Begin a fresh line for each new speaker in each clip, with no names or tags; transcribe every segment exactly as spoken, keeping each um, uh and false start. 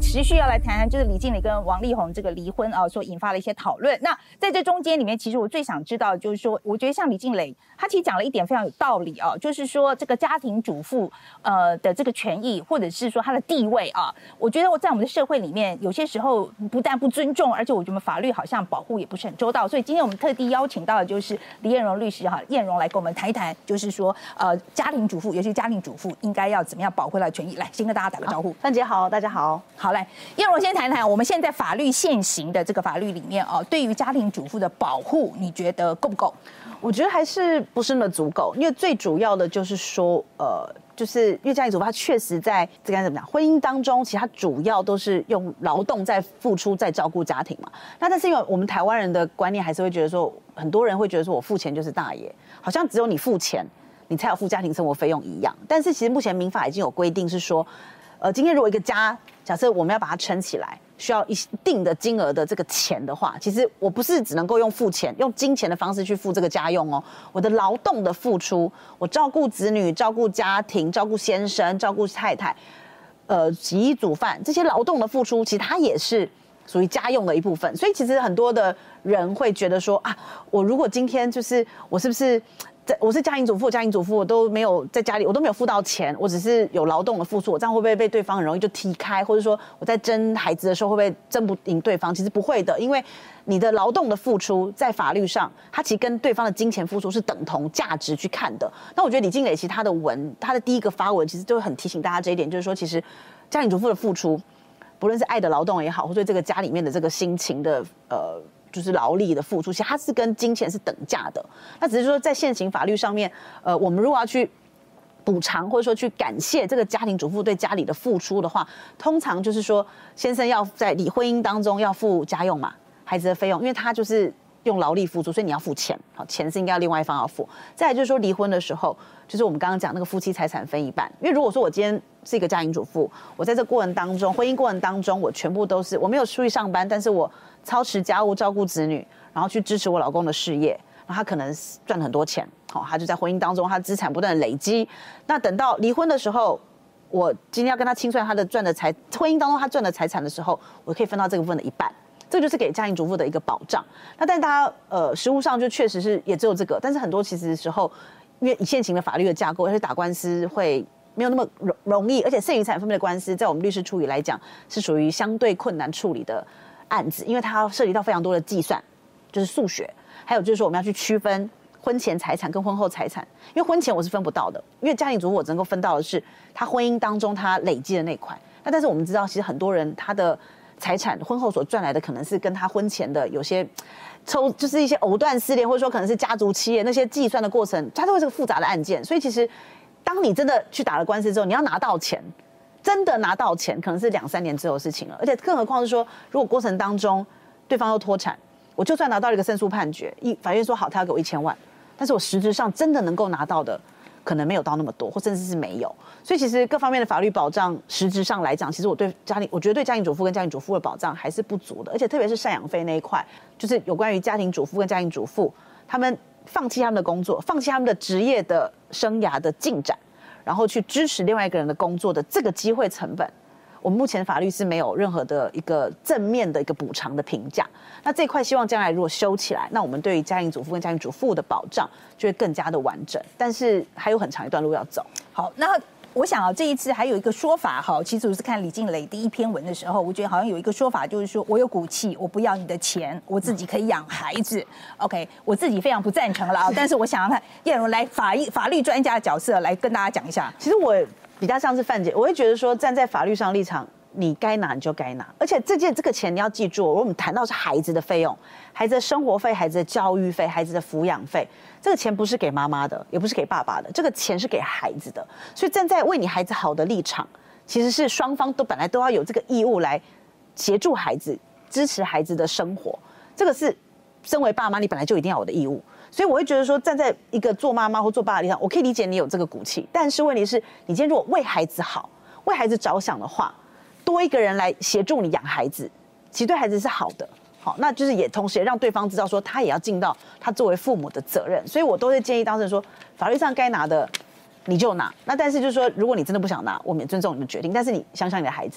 持续要来谈谈，就是李静蕾跟王力宏这个离婚啊，所引发了一些讨论。那在这中间里面，其实我最想知道就是说，我觉得像李静蕾，她其实讲了一点非常有道理啊，就是说这个家庭主妇呃的这个权益，或者是说她的地位啊，我觉得我在我们的社会里面，有些时候不但不尊重，而且我觉得法律好像保护也不是很周到。所以今天我们特地邀请到的就是李晏榕律师哈，晏榕来跟我们谈一谈，就是说呃家庭主妇，尤其家庭主妇应该要怎么样保护她的权益。来，先跟大家打个招呼。
范姐好，大家好。
好，来，晏榕先谈谈，我们现在法律现行的这个法律里面哦，对于家庭主妇的保护，你觉得够不够？
我觉得还是不是那么足够，因为最主要的就是说，呃，就是因为家庭主妇她确实在这该怎么讲，婚姻当中，其实她主要都是用劳动在付出，在照顾家庭嘛。那但是因为我们台湾人的观念还是会觉得说，很多人会觉得说我付钱就是大爷，好像只有你付钱，你才有付家庭生活费用一样。但是其实目前民法已经有规定是说，呃，今天如果一个家，假设我们要把它撑起来，需要一定的金额的这个钱的话，其实我不是只能够用付钱、用金钱的方式去付这个家用哦。我的劳动的付出，我照顾子女、照顾家庭、照顾先生、照顾太太，呃，洗衣煮饭这些劳动的付出，其实它也是属于家用的一部分。所以其实很多的人会觉得说啊，我如果今天就是我是不是？我是家庭主妇，家庭主妇我都没有在家里，我都没有付到钱，我只是有劳动的付出，我这样会不会被对方很容易就踢开？或者说我在争孩子的时候会不会争不赢对方？其实不会的，因为你的劳动的付出在法律上，它其实跟对方的金钱付出是等同价值去看的。那我觉得李静蕾其实她的文，她的第一个发文其实就会很提醒大家这一点，就是说其实家庭主妇的付出，不论是爱的劳动也好，或者这个家里面的这个心情的呃。就是劳力的付出，其实它是跟金钱是等价的。那只是说在现行法律上面，呃，我们如果要去补偿或者说去感谢这个家庭主妇对家里的付出的话，通常就是说先生要在离婚姻当中要付家用嘛，孩子的费用，因为他就是用劳力付出，所以你要付钱，好，钱是应该要另外一方要付。再来就是说离婚的时候，就是我们刚刚讲那个夫妻财产分一半，因为如果说我今天是一个家庭主妇，我在这过程当中，婚姻过程当中，我全部都是我没有出去上班，但是我操持家务、照顾子女，然后去支持我老公的事业，然后他可能赚了很多钱，好，他就在婚姻当中，他资产不断的累积。那等到离婚的时候，我今天要跟他清算他的赚的财，婚姻当中他赚的财产的时候，我可以分到这个部分的一半。这就是给家庭主妇的一个保障。那但是大家呃，实务上就确实是也只有这个，但是很多其实时候，因为以现行的法律的架构，而且打官司会没有那么容容易，而且剩余财产分配的官司，在我们律师处理来讲，是属于相对困难处理的案子，因为它涉及到非常多的计算，就是数学，还有就是说我们要去区分婚前财产跟婚后财产，因为婚前我是分不到的，因为家庭主妇我能够分到的是他婚姻当中他累积的那块。那但是我们知道，其实很多人他的财产婚后所赚来的，可能是跟他婚前的有些抽，就是一些藕断丝连，或者说可能是家族企业那些计算的过程，它都会是个复杂的案件。所以其实，当你真的去打了官司之后，你要拿到钱，真的拿到钱，可能是两三年之后的事情了。而且更何况是说，如果过程当中对方又脱产，我就算拿到了一个胜诉判决，一法院说好，他要给我一千万，但是我实质上真的能够拿到的，可能没有到那么多，或甚至是没有。所以其实各方面的法律保障，实质上来讲，其实我对家庭，我觉得对家庭主妇跟家庭主妇的保障还是不足的。而且特别是赡养费那一块，就是有关于家庭主妇跟家庭主妇，他们放弃他们的工作，放弃他们的职业的生涯的进展，然后去支持另外一个人的工作的这个机会成本，我们目前法律是没有任何的一个正面的一个补偿的评价。那这一块希望将来如果修起来，那我们对于家庭主妇跟家庭主妇的保障就会更加的完整，但是还有很长一段路要走。
好，那我想啊，这一次还有一个说法哈，其实我是看李静蕾第一篇文的时候，我觉得好像有一个说法，就是说我有骨气，我不要你的钱，我自己可以养孩子。OK， 我自己非常不赞成了啊，但是我想要看晏榕来法律法律专家的角色来跟大家讲一下。
其实我比较像是范姐，我会觉得说站在法律上立场，你该拿你就该拿，而且这件这个钱你要记住，我们谈到是孩子的费用，孩子的生活费、孩子的教育费、孩子的抚养费，这个钱不是给妈妈的，也不是给爸爸的，这个钱是给孩子的。所以站在为你孩子好的立场，其实是双方都本来都要有这个义务来协助孩子、支持孩子的生活，这个是身为爸妈你本来就一定要有的义务。所以我会觉得说，站在一个做妈妈或做爸爸的立场，我可以理解你有这个骨气，但是问题是，你今天如果为孩子好、为孩子着想的话，多一个人来协助你养孩子，其实对孩子是好的。好，那就是也同时也让对方知道说，他也要尽到他作为父母的责任。所以我都会建议当事人说，法律上该拿的你就拿。那但是就是说，如果你真的不想拿，我们也尊重你们决定。但是你想想你的孩子，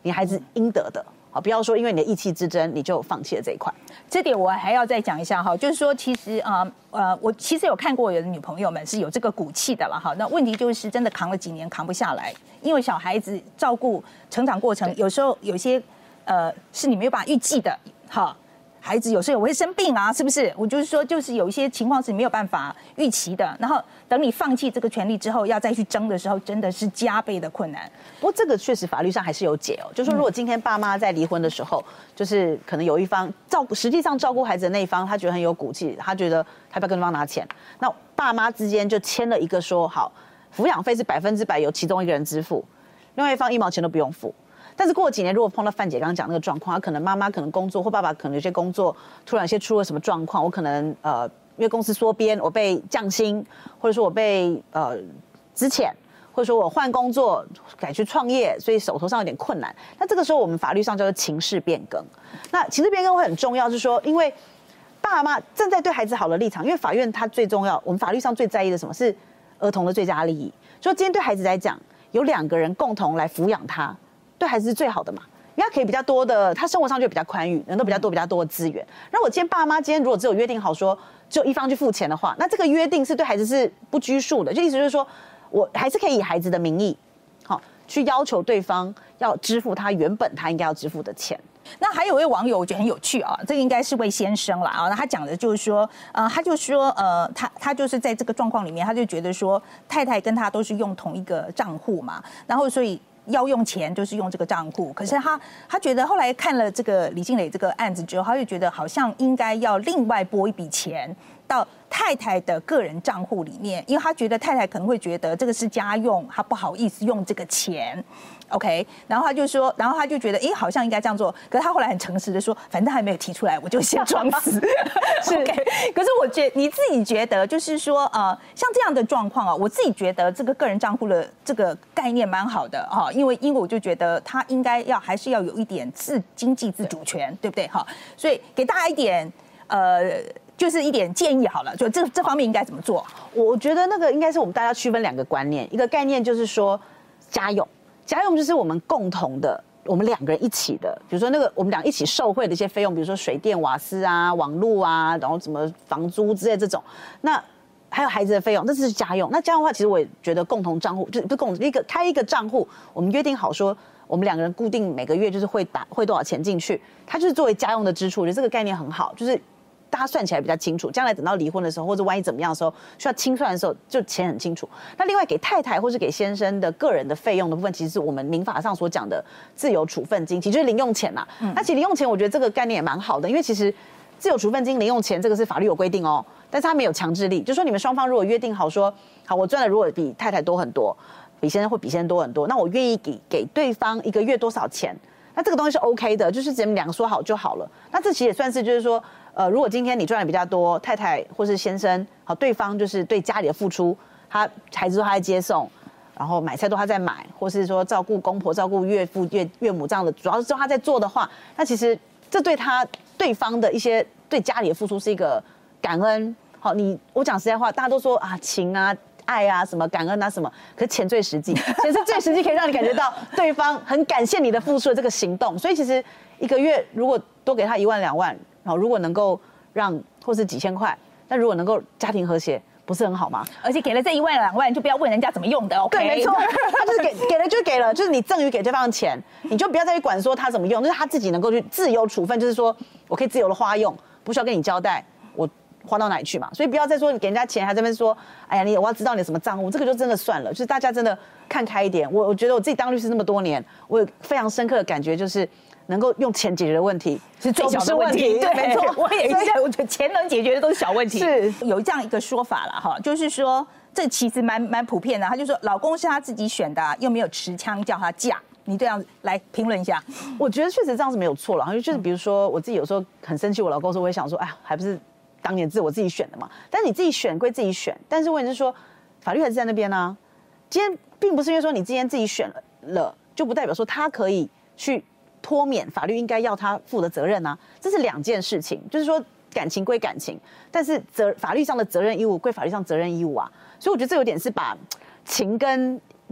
你孩子应得的。好，不要说因为你的意气之争，你就放弃了这一块。
这点我还要再讲一下哈，就是说，其实啊呃，我其实有看过有的女朋友们是有这个骨气的了哈。那问题就是真的扛了几年扛不下来，因为小孩子照顾成长过程，有时候有些呃是你没有办法预计的，哈。孩子有时候也会生病啊，是不是？我就是说，就是有一些情况是没有办法预期的。然后等你放弃这个权利之后，要再去争的时候，真的是加倍的困难。
不过这个确实法律上还是有解哦，就是说，如果今天爸妈在离婚的时候，就是可能有一方照顾，实际上照顾孩子的那一方，他觉得很有骨气，他觉得他不要跟对方拿钱，那爸妈之间就签了一个说好，抚养费是百分之百由其中一个人支付，另外一方一毛钱都不用付。但是过几年，如果碰到范姐刚刚讲那个状况，可能妈妈可能工作或爸爸可能有些工作突然有些出了什么状况，我可能呃因为公司缩编，我被降薪，或者说我被呃资遣，或者说我换工作改去创业，所以手头上有点困难。那这个时候我们法律上叫做情势变更。那情势变更会很重要，就是说因为爸妈站在对孩子好的立场，因为法院它最重要，我们法律上最在意的什么是儿童的最佳利益。所以今天对孩子来讲，有两个人共同来抚养他。对孩子是最好的嘛，因为他可以比较多的，他生活上就比较宽裕，人都比较多、比较多的资源。那我今天爸妈今天如果只有约定好说，只有一方去付钱的话，那这个约定是对孩子是不拘束的，就意思就是说我还是可以以孩子的名义，好去要求对方要支付他原本他应该要支付的钱。
那还有一位网友，我觉得很有趣啊，这个应该是位先生啦啊，那他讲的就是说，呃，他就说，呃，他他就是在这个状况里面，他就觉得说，太太跟他都是用同一个账户嘛，然后所以。要用钱就是用这个账户，可是他他觉得后来看了这个李静蕾这个案子之后，他就觉得好像应该要另外拨一笔钱到太太的个人账户里面，因为他觉得太太可能会觉得这个是家用，他不好意思用这个钱。OK， 然后他就说，然后他就觉得，哎，好像应该这样做。可是他后来很诚实的说，反正还没有提出来，我就先装死。是 ，OK。可是我觉得你自己觉得，就是说，呃，像这样的状况啊，我自己觉得这个个人账户的这个概念蛮好的哈，因为因为我就觉得他应该要还是要有一点自经济自主权，对不对？哈，所以给大家一点呃。就是一点建议好了，就这这方面应该怎么做？
我觉得那个应该是我们大家区分两个观念，一个概念就是说家用，家用就是我们共同的，我们两个人一起的，比如说那个我们俩一起受惠的一些费用，比如说水电、瓦斯啊、网络啊，然后什么房租之类这种，那还有孩子的费用，这是家用。那家用的话，其实我也觉得共同账户就是不共一个开一个账户，我们约定好说，我们两个人固定每个月就是会打汇多少钱进去，它就是作为家用的支出，我觉得这个概念很好，就是。大家算起来比较清楚，将来等到离婚的时候，或者万一怎么样的时候，需要清算的时候，就钱很清楚。那另外给太太或是给先生的个人的费用的部分，其实是我们民法上所讲的自由处分金，其实就是零用钱呐、啊。嗯、那其实零用钱，我觉得这个概念也蛮好的，因为其实自由处分金、零用钱这个是法律有规定哦，但是它没有强制力，就说你们双方如果约定好说，好，我赚的如果比太太多很多，比先生会比先生多很多，那我愿意给给对方一个月多少钱，那这个东西是 OK 的，就是只们两个说好就好了。那这其实也算是就是说。呃，如果今天你赚的比较多，太太或是先生，好，对方就是对家里的付出，他孩子都他在接送，然后买菜都他在买，或是说照顾公婆、照顾岳父、岳岳母这样的，主要是他在做的话，那其实这对他对方的一些对家里的付出是一个感恩。好，你我讲实在话，大家都说啊情啊。爱啊，什么感恩啊，什么？可是钱最实际，钱是最实际，可以让你感觉到对方很感谢你的付出的这个行动。所以其实一个月如果多给他一万两万，然后如果能够让或是几千块，那如果能够家庭和谐，不是很好吗？
而且给了这一万两万，就不要问人家怎么用的 ，OK？
对，没错，他就是给给了就给了，就是你赠予给对方的钱，你就不要再去管说他怎么用，就是他自己能够去自由处分，就是说我可以自由的花用，不需要跟你交代我。花到哪里去嘛？所以不要再说你给人家钱，还在那边说，哎呀，你我要知道你什么账户，这个就真的算了。就是大家真的看开一点。我我觉得我自己当律师那么多年，我有非常深刻的感觉，就是能够用钱解决的问题
是最小的问题。对，
没错，
我也是，我觉得钱能解决的都是小问题。
是
有这样一个说法了哈，就是说这其实蛮蛮普遍的。他就说老公是他自己选的、啊，又没有持枪叫他嫁。你这样来评论一下，
我觉得确实这样是没有错了。就是比如说我自己有时候很生气，我老公说，我会想说，哎呀，还不是。当年是我自己选的嘛，但是你自己选归自己选，但是问题是说，法律还是在那边呢、啊。今天并不是因为说你今天自己选了，就不代表说他可以去脱免法律应该要他负的责任啊，这是两件事情。就是说感情归感情，但是责法律上的责任义务归法律上责任义务啊。所以我觉得这有点是把情跟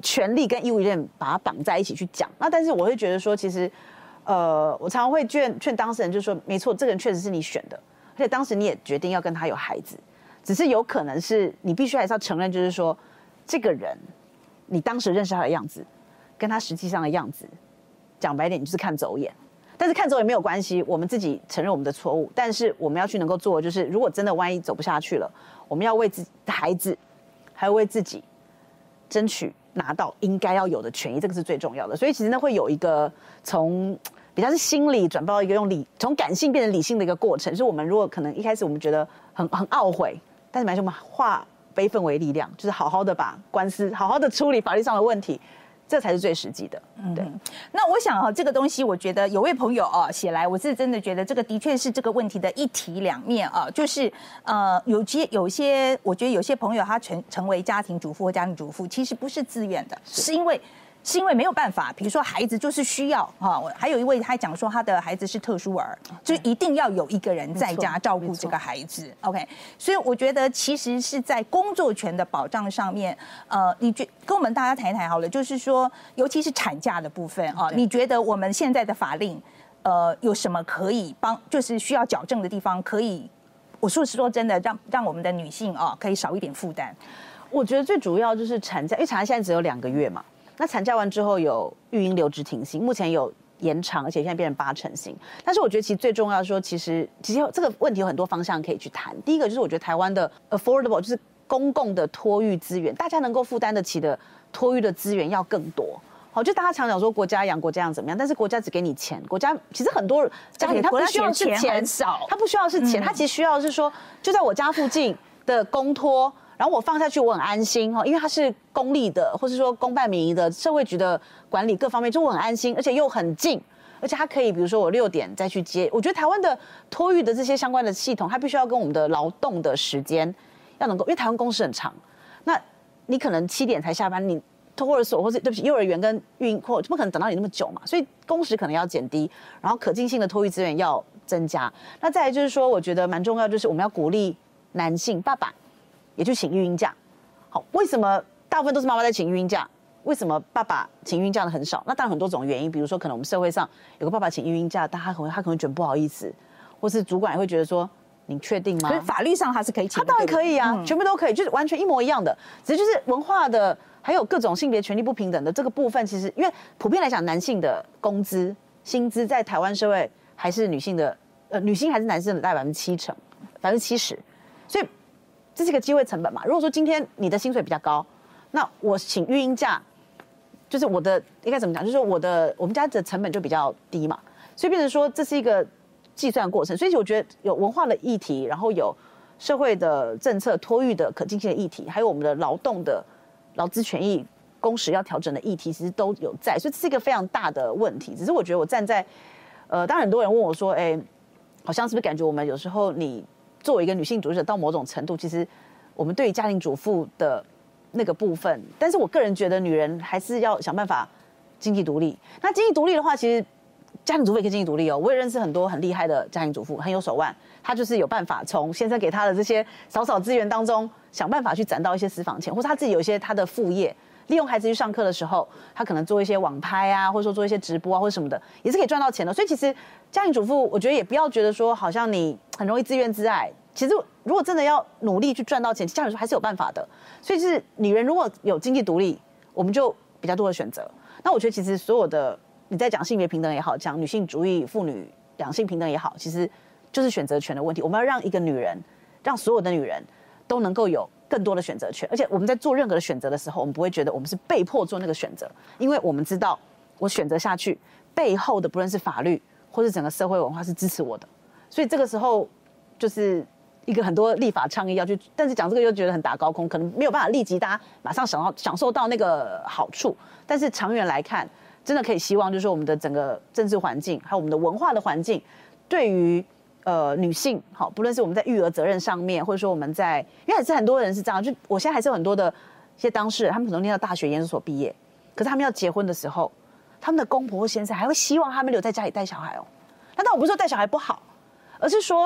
权利跟义务有点把它绑在一起去讲。那但是我会觉得说，其实，呃，我常常会劝劝当事人，就是说，没错，这个人确实是你选的，而且当时你也决定要跟他有孩子，只是有可能是你必须还是要承认，就是说，这个人，你当时认识他的样子，跟他实际上的样子，讲白点，你就是看走眼。但是看走眼没有关系，我们自己承认我们的错误，但是我们要去能够做的就是，如果真的万一走不下去了，我们要为自己的孩子，还要为自己争取拿到应该要有的权益，这个是最重要的。所以其实呢，会有一个从比较是心理转到一个用理，从感性变成理性的一个过程。所以我们如果可能一开始我们觉得很很懊悔，但是没关系，我们化悲愤为力量，就是好好的把官司好好的处理法律上的问题。这才是最实际的，对。
嗯、那我想啊，这个东西，我觉得有位朋友啊写来，我是真的觉得这个的确是这个问题的一体两面啊，就是呃，有些有些，我觉得有些朋友他成成为家庭主妇或家庭主妇，其实不是自愿的，是, 是因为。是因为没有办法，比如说孩子就是需要哈，还有一位他讲说他的孩子是特殊儿，就一定要有一个人在家照顾这个孩子。OK， 所以我觉得其实是在工作权的保障上面，呃，你觉跟我们大家谈一谈好了，就是说，尤其是产假的部分啊，你觉得我们现在的法令，呃，有什么可以帮，就是需要矫正的地方，可以，我说是说真的，让让我们的女性啊可以少一点负担。
我觉得最主要就是产假，因为产假现在只有两个月嘛。那产假完之后有育婴留职停薪，目前有延长，而且现在变成八成薪。但是我觉得其实最重要的说，其实其实这个问题有很多方向可以去谈。第一个就是我觉得台湾的 affordable 就是公共的托育资源，大家能够负担得起的托育的资源要更多。好，就大家常讲说国家养国家养怎么样，但是国家只给你钱，国家其实很多家庭他不需要是钱，
很少，
他不需要是钱，他其实需要的是说就在我家附近的公托。然后我放下去，我很安心哈，因为它是公立的，或是说公办民营的，社会局的管理各方面，就我很安心，而且又很近，而且它可以，比如说我六点再去接。我觉得台湾的托育的这些相关的系统，它必须要跟我们的劳动的时间要能够，因为台湾工时很长，那你可能七点才下班，你托儿所或是对不起幼儿园跟育婴或不可能等到你那么久嘛，所以工时可能要减低，然后可进性的托育资源要增加。那再来就是说，我觉得蛮重要，就是我们要鼓励男性爸爸。也去请育婴假，好，为什么大部分都是妈妈在请育婴假？为什么爸爸请育婴假的很少？那当然很多种原因，比如说可能我们社会上有个爸爸请育婴假，但他可能他可能觉得不好意思，或是主管也会觉得说你确定吗？
可是法律上他是可以请的，
他当然可以啊，嗯、全部都可以，就是完全一模一样的，只是就是文化的还有各种性别权利不平等的这个部分，其实因为普遍来讲，男性的工资薪资在台湾社会还是女性的，呃，女性还是男性的大概百分之七成，百分之七十，所以。这是一个机会成本嘛？如果说今天你的薪水比较高，那我请育婴假，就是我的应该怎么讲？就是我的我们家的成本就比较低嘛，所以变成说这是一个计算过程。所以我觉得有文化的议题，然后有社会的政策、托育的可进性的议题，还有我们的劳动的劳资权益、工时要调整的议题，其实都有在。所以这是一个非常大的问题。只是我觉得我站在呃，当然很多人问我说，哎、欸，好像是不是感觉我们有时候你。作为一个女性主义者，到某种程度，其实我们对于家庭主妇的那个部分，但是我个人觉得，女人还是要想办法经济独立。那经济独立的话，其实家庭主妇也可以经济独立哦。我也认识很多很厉害的家庭主妇，很有手腕，她就是有办法从先生给她的这些少少资源当中，想办法去攒到一些私房钱，或者她自己有一些她的副业。利用孩子去上课的时候，她可能做一些网拍啊，或者说做一些直播啊，或者什么的，也是可以赚到钱的。所以其实家庭主妇，我觉得也不要觉得说好像你很容易自怨自艾。其实如果真的要努力去赚到钱，家庭主妇还是有办法的。所以就是女人如果有经济独立，我们就比较多的选择。那我觉得其实所有的你在讲性别平等也好，讲女性主义、妇女两性平等也好，其实就是选择权的问题。我们要让一个女人，让所有的女人都能够有更多的选择权，而且我们在做任何的选择的时候，我们不会觉得我们是被迫做那个选择，因为我们知道我选择下去背后的不论是法律或是整个社会文化是支持我的，所以这个时候就是一个很多立法倡议要去，但是讲这个又觉得很打高空，可能没有办法立即大家马上想到享受到那个好处，但是长远来看，真的可以希望就是说我们的整个政治环境还有我们的文化的环境，对于呃，女性好，不论是我们在育儿责任上面，或者说我们在，因为还是很多人是这样，就我现在还是有很多的一些当事人，他们可能念到大学研究所毕业，可是他们要结婚的时候，他们的公婆或先生还会希望他们留在家里带小孩哦。那但我不是说带小孩不好，而是说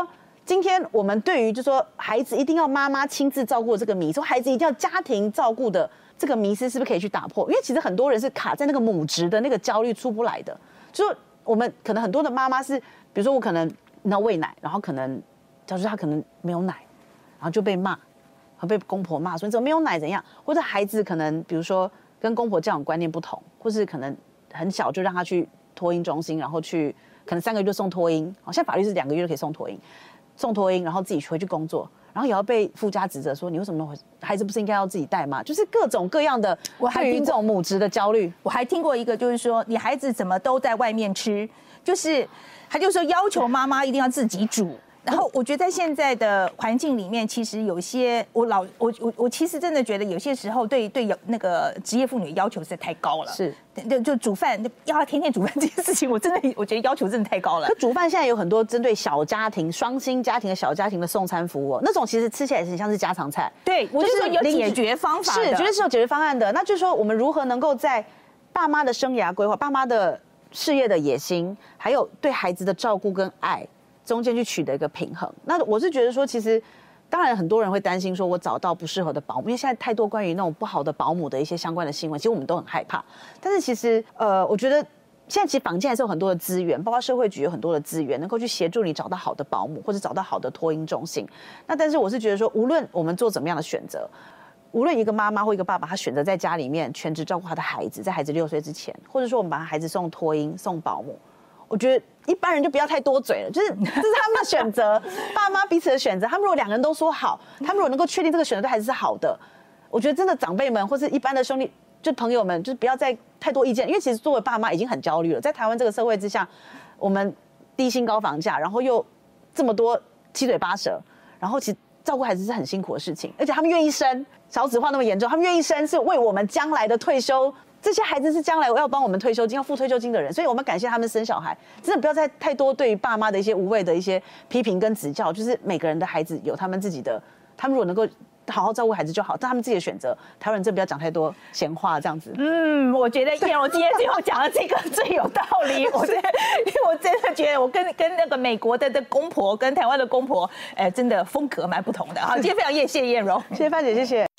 今天我们对于就说孩子一定要妈妈亲自照顾这个迷思，说孩子一定要家庭照顾的这个迷思，是不是可以去打破？因为其实很多人是卡在那个母职的那个焦虑出不来的。就是我们可能很多的妈妈是，比如说我可能你要喂奶，然后可能假如他可能没有奶，然后就被骂，和被公婆骂说你怎么没有奶怎样？或者孩子可能比如说跟公婆教养观念不同，或是可能很小就让他去托婴中心，然后去可能三个月就送托婴，好像法律是两个月就可以送托婴。送托婴，然后自己回去工作，然后也要被夫家指责说你为什么那么孩子不是应该要自己带吗？就是各种各样的对于这种母职的焦虑。
我还听过一个，就是说你孩子怎么都在外面吃，就是他就说要求妈妈一定要自己煮。然后我觉得在现在的环境里面，其实有些我老我我我其实真的觉得有些时候对对那个职业妇女要求实在太高了。
是，
就就煮饭要她天天煮饭这件事情，我真的我觉得要求真的太高了。
可煮饭现在有很多针对小家庭、双薪家庭的小家庭的送餐服务，那种其实吃起来很像是家常菜。
对，我就说有解决方法的，
是，绝对是有解决方案的。那就是说，我们如何能够在爸妈的生涯规划、爸妈的事业的野心，还有对孩子的照顾跟爱。中间去取得一个平衡。那我是觉得说，其实当然很多人会担心说，我找到不适合的保姆，因为现在太多关于那种不好的保姆的一些相关的新闻，其实我们都很害怕。但是其实呃，我觉得现在其实坊间还是有很多的资源，包括社会局有很多的资源，能够去协助你找到好的保姆，或者找到好的托婴中心。那但是我是觉得说，无论我们做怎么样的选择，无论一个妈妈或一个爸爸，他选择在家里面全职照顾他的孩子，在孩子六岁之前，或者说我们把孩子送托婴、送保姆。我觉得一般人就不要太多嘴了，就是这是他们的选择，爸妈彼此的选择。他们如果两个人都说好，他们如果能够确定这个选择对孩子是好的，我觉得真的长辈们或是一般的兄弟就朋友们，就是不要再太多意见，因为其实作为爸妈已经很焦虑了。在台湾这个社会之下，我们低薪高房价，然后又这么多七嘴八舌，然后其实照顾孩子是很辛苦的事情，而且他们愿意生，少子化那么严重，他们愿意生是为我们将来的退休。这些孩子是将来要帮我们退休金、要付退休金的人，所以我们感谢他们生小孩。真的不要再太多对于爸妈的一些无谓的一些批评跟指教，就是每个人的孩子有他们自己的，他们如果能够好好照顾孩子就好，这他们自己的选择。台湾人真的不要讲太多闲话，这样子。
嗯，我觉得燕蓉今天最后讲的这个最有道理。我真的，因为我真的觉得我跟跟那个美国的的公婆跟台湾的公婆，哎，真的风格蛮不同的。好，今天非常谢谢燕蓉，
谢谢范姐，谢谢。